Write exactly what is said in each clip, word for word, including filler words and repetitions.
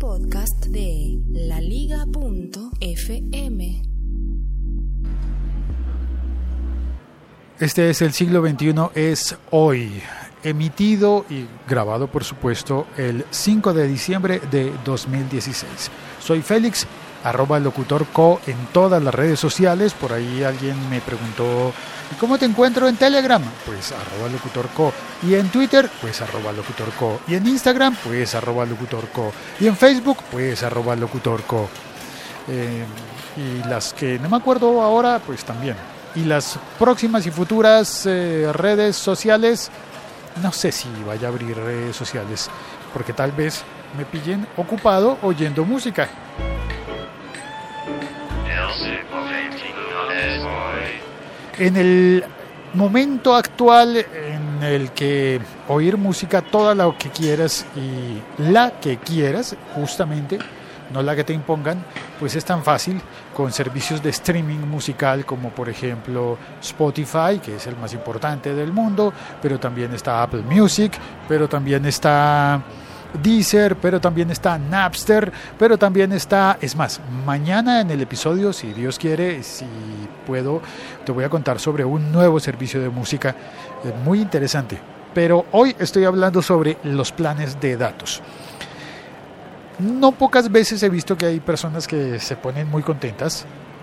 podcast de laliga punto efe eme. Este es El Siglo veintiuno es hoy, emitido y grabado, por supuesto, el cinco de diciembre de dos mil dieciséis. Soy Félix, arroba locutorco en todas las redes sociales. Por ahí alguien me preguntó, ¿y cómo te encuentro en Telegram? Pues arroba locutorco. Y en Twitter, pues arroba locutorco. Y en Instagram, pues arroba locutorco. Y en Facebook, pues arroba locutorco. Eh, y las que no me acuerdo ahora, pues también. Y las próximas y futuras eh, redes sociales, no sé si vaya a abrir redes sociales, porque tal vez me pillen ocupado oyendo música. En el momento actual en el que oír música toda la que quieras y la que quieras, justamente, no la que te impongan, pues es tan fácil con servicios de streaming musical como por ejemplo Spotify, que es el más importante del mundo, pero también está Apple Music, pero también está Deezer, pero también está Napster, pero también está, es más, mañana en el episodio, si Dios quiere, si puedo, te voy a contar sobre un nuevo servicio de música eh, muy interesante, pero hoy estoy hablando sobre los planes de datos. No pocas veces he visto que hay personas que se ponen muy contentas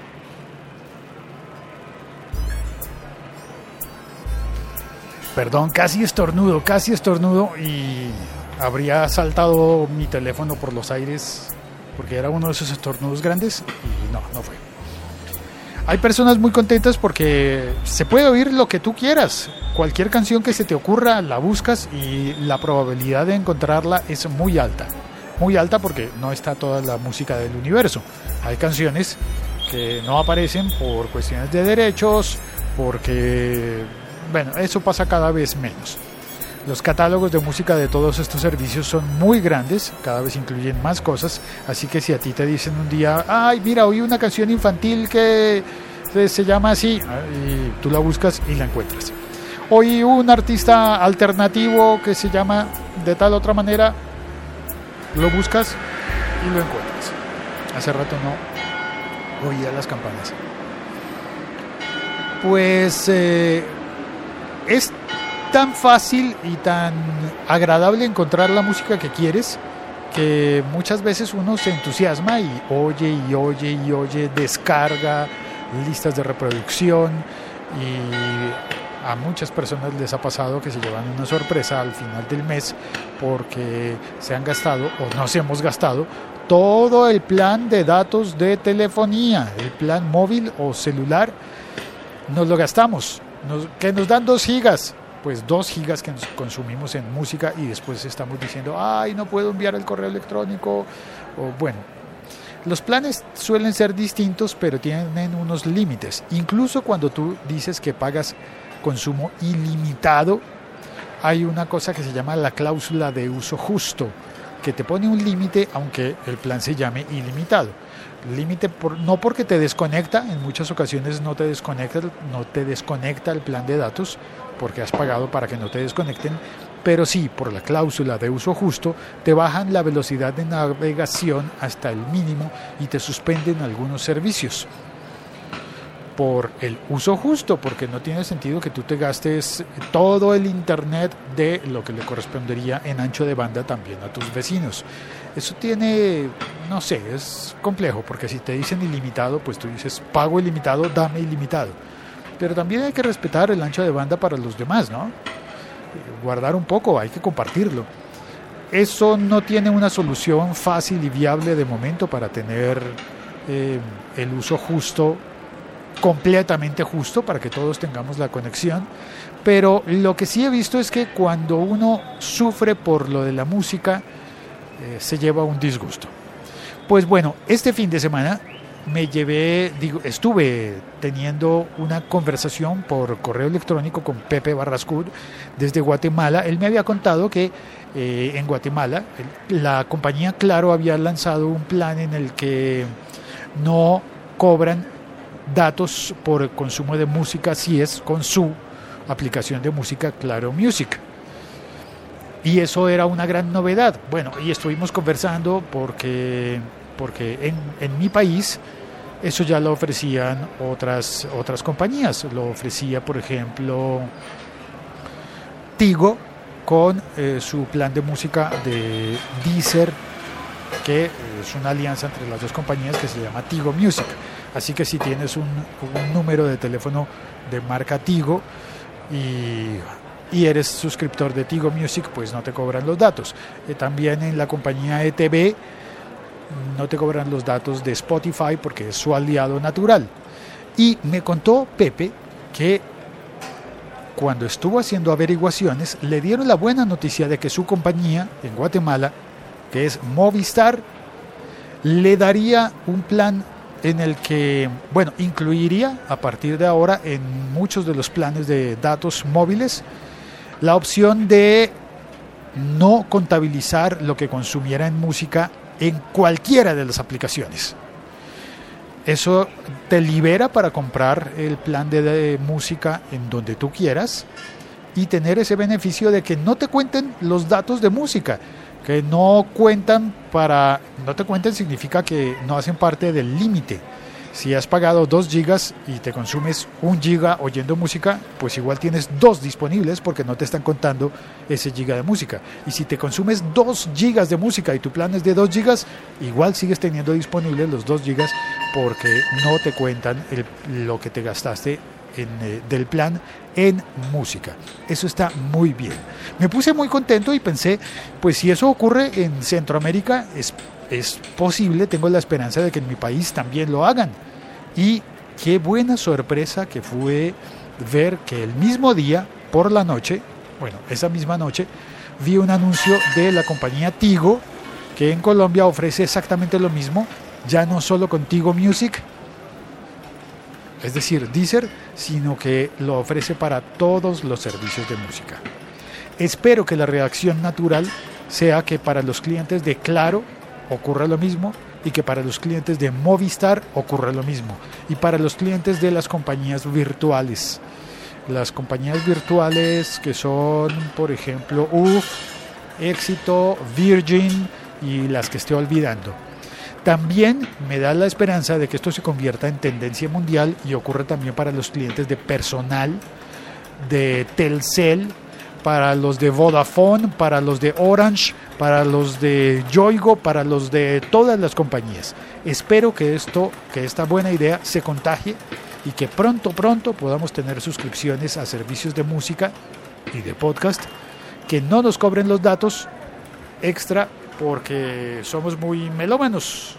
perdón, casi estornudo, casi estornudo y habría saltado mi teléfono por los aires porque era uno de esos estornudos grandes y no, no fue. Hay personas muy contentas porque se puede oír lo que tú quieras, cualquier canción que se te ocurra la buscas y la probabilidad de encontrarla es muy alta. Muy alta porque no está toda la música del universo. Hay canciones que no aparecen por cuestiones de derechos, porque, bueno, eso pasa cada vez menos. Los catálogos de música de todos estos servicios son muy grandes, cada vez incluyen más cosas, así que si a ti te dicen un día, ay, mira, oí una canción infantil que se llama así, y tú la buscas y la encuentras. Oí un artista alternativo que se llama de tal otra manera, lo buscas y lo encuentras. Hace rato no oía las campanas. Pues eh, es tan fácil y tan agradable encontrar la música que quieres que muchas veces uno se entusiasma y oye y oye y oye, descarga listas de reproducción y a muchas personas les ha pasado que se llevan una sorpresa al final del mes porque se han gastado o nos hemos gastado todo el plan de datos de telefonía, el plan móvil o celular, nos lo gastamos, nos, que nos dan dos gigas, pues dos gigas que nos consumimos en música y después estamos diciendo, ay, no puedo enviar el correo electrónico, o bueno. Los planes suelen ser distintos, pero tienen unos límites. Incluso cuando tú dices que pagas consumo ilimitado, hay una cosa que se llama la cláusula de uso justo, que te pone un límite aunque el plan se llame ilimitado. Límite por, no porque te desconecta, en muchas ocasiones no te desconecta, no te desconecta el plan de datos porque has pagado para que no te desconecten, pero sí, por la cláusula de uso justo, te bajan la velocidad de navegación hasta el mínimo y te suspenden algunos servicios. Por el uso justo, porque no tiene sentido que tú te gastes todo el internet de lo que le correspondería en ancho de banda también a tus vecinos. Eso tiene, no sé, es complejo, porque si te dicen ilimitado, pues tú dices, pago ilimitado, dame ilimitado. Pero también hay que respetar el ancho de banda para los demás, ¿no? Guardar un poco, hay que compartirlo. Eso no tiene una solución fácil y viable de momento para tener eh, el uso justo, completamente justo, para que todos tengamos la conexión, pero lo que sí he visto es que cuando uno sufre por lo de la música eh, se lleva un disgusto. Pues bueno, este fin de semana me llevé, digo, estuve teniendo una conversación por correo electrónico con Pepe Barrascud desde Guatemala. Él me había contado que eh, en Guatemala la compañía Claro había lanzado un plan en el que no cobran datos por consumo de música si es con su aplicación de música Claro Music. y eso era una gran novedad. Bueno, y estuvimos conversando porque, porque en, en mi país eso ya lo ofrecían otras, otras compañías. Lo ofrecía, por ejemplo, Tigo con eh, su plan de música de Deezer, que es una alianza entre las dos compañías que se llama Tigo Music. Así que si tienes un, un número de teléfono de marca Tigo y, y eres suscriptor de Tigo Music, pues no te cobran los datos. Eh, también en la compañía E T B no te cobran los datos de Spotify porque es su aliado natural. Y me contó Pepe que cuando estuvo haciendo averiguaciones le dieron la buena noticia de que su compañía en Guatemala, que es Movistar, le daría un plan en el que, bueno, incluiría a partir de ahora en muchos de los planes de datos móviles la opción de no contabilizar lo que consumiera en música en cualquiera de las aplicaciones. Eso te libera para comprar el plan de, de música en donde tú quieras y tener ese beneficio de que no te cuenten los datos de música, que no cuentan para, no te cuenten significa que no hacen parte del límite. Si has pagado dos gigas y te consumes un giga oyendo música, pues igual tienes dos disponibles porque no te están contando ese giga de música. Y si te consumes dos gigas de música y tu plan es de dos gigas, igual sigues teniendo disponibles los dos gigas porque no te cuentan el, lo que te gastaste en, eh, del plan en música. Eso está muy bien. Me puse muy contento y pensé, pues si eso ocurre en Centroamérica, es es posible, tengo la esperanza de que en mi país también lo hagan. Y qué buena sorpresa que fue ver que el mismo día, por la noche, bueno, esa misma noche, vi un anuncio de la compañía Tigo, que en Colombia ofrece exactamente lo mismo, ya no solo con Tigo Music, es decir, Deezer, sino que lo ofrece para todos los servicios de música. Espero que la reacción natural sea que para los clientes de Claro ocurra lo mismo y que para los clientes de Movistar ocurra lo mismo y para los clientes de las compañías virtuales. Las compañías virtuales que son, por ejemplo, U F, Éxito, Virgin y las que estoy olvidando. También me da la esperanza de que esto se convierta en tendencia mundial y ocurra también para los clientes de Personal, de Telcel, para los de Vodafone, para los de Orange, para los de Yoigo, para los de todas las compañías. Espero que esto, que esta buena idea se contagie y que pronto, pronto podamos tener suscripciones a servicios de música y de podcast que no nos cobren los datos extra porque somos muy melómanos.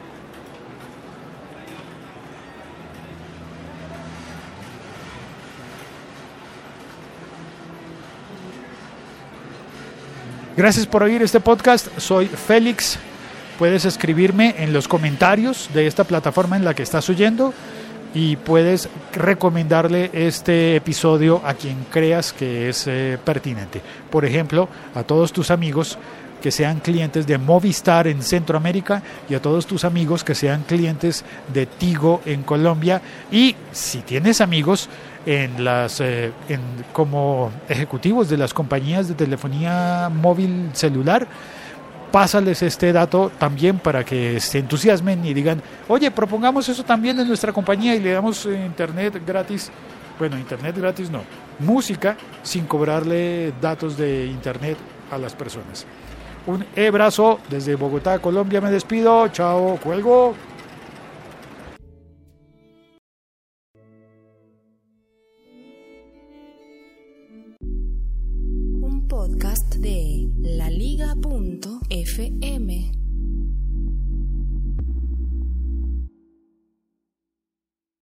Gracias por oír este podcast. Soy Félix. Puedes escribirme en los comentarios de esta plataforma en la que estás oyendo y puedes recomendarle este episodio a quien creas que es eh, pertinente. Por ejemplo, a todos tus amigos que sean clientes de Movistar en Centroamérica y a todos tus amigos que sean clientes de Tigo en Colombia. Y si tienes amigos en las eh, en, como ejecutivos de las compañías de telefonía móvil celular, pásales este dato también para que se entusiasmen y digan, oye, propongamos eso también en nuestra compañía y le damos eh, internet gratis. Bueno, internet gratis no, música sin cobrarle datos de internet a las personas. Un abrazo desde Bogotá, Colombia, me despido, chao, cuelgo. Un podcast de la liga punto f m.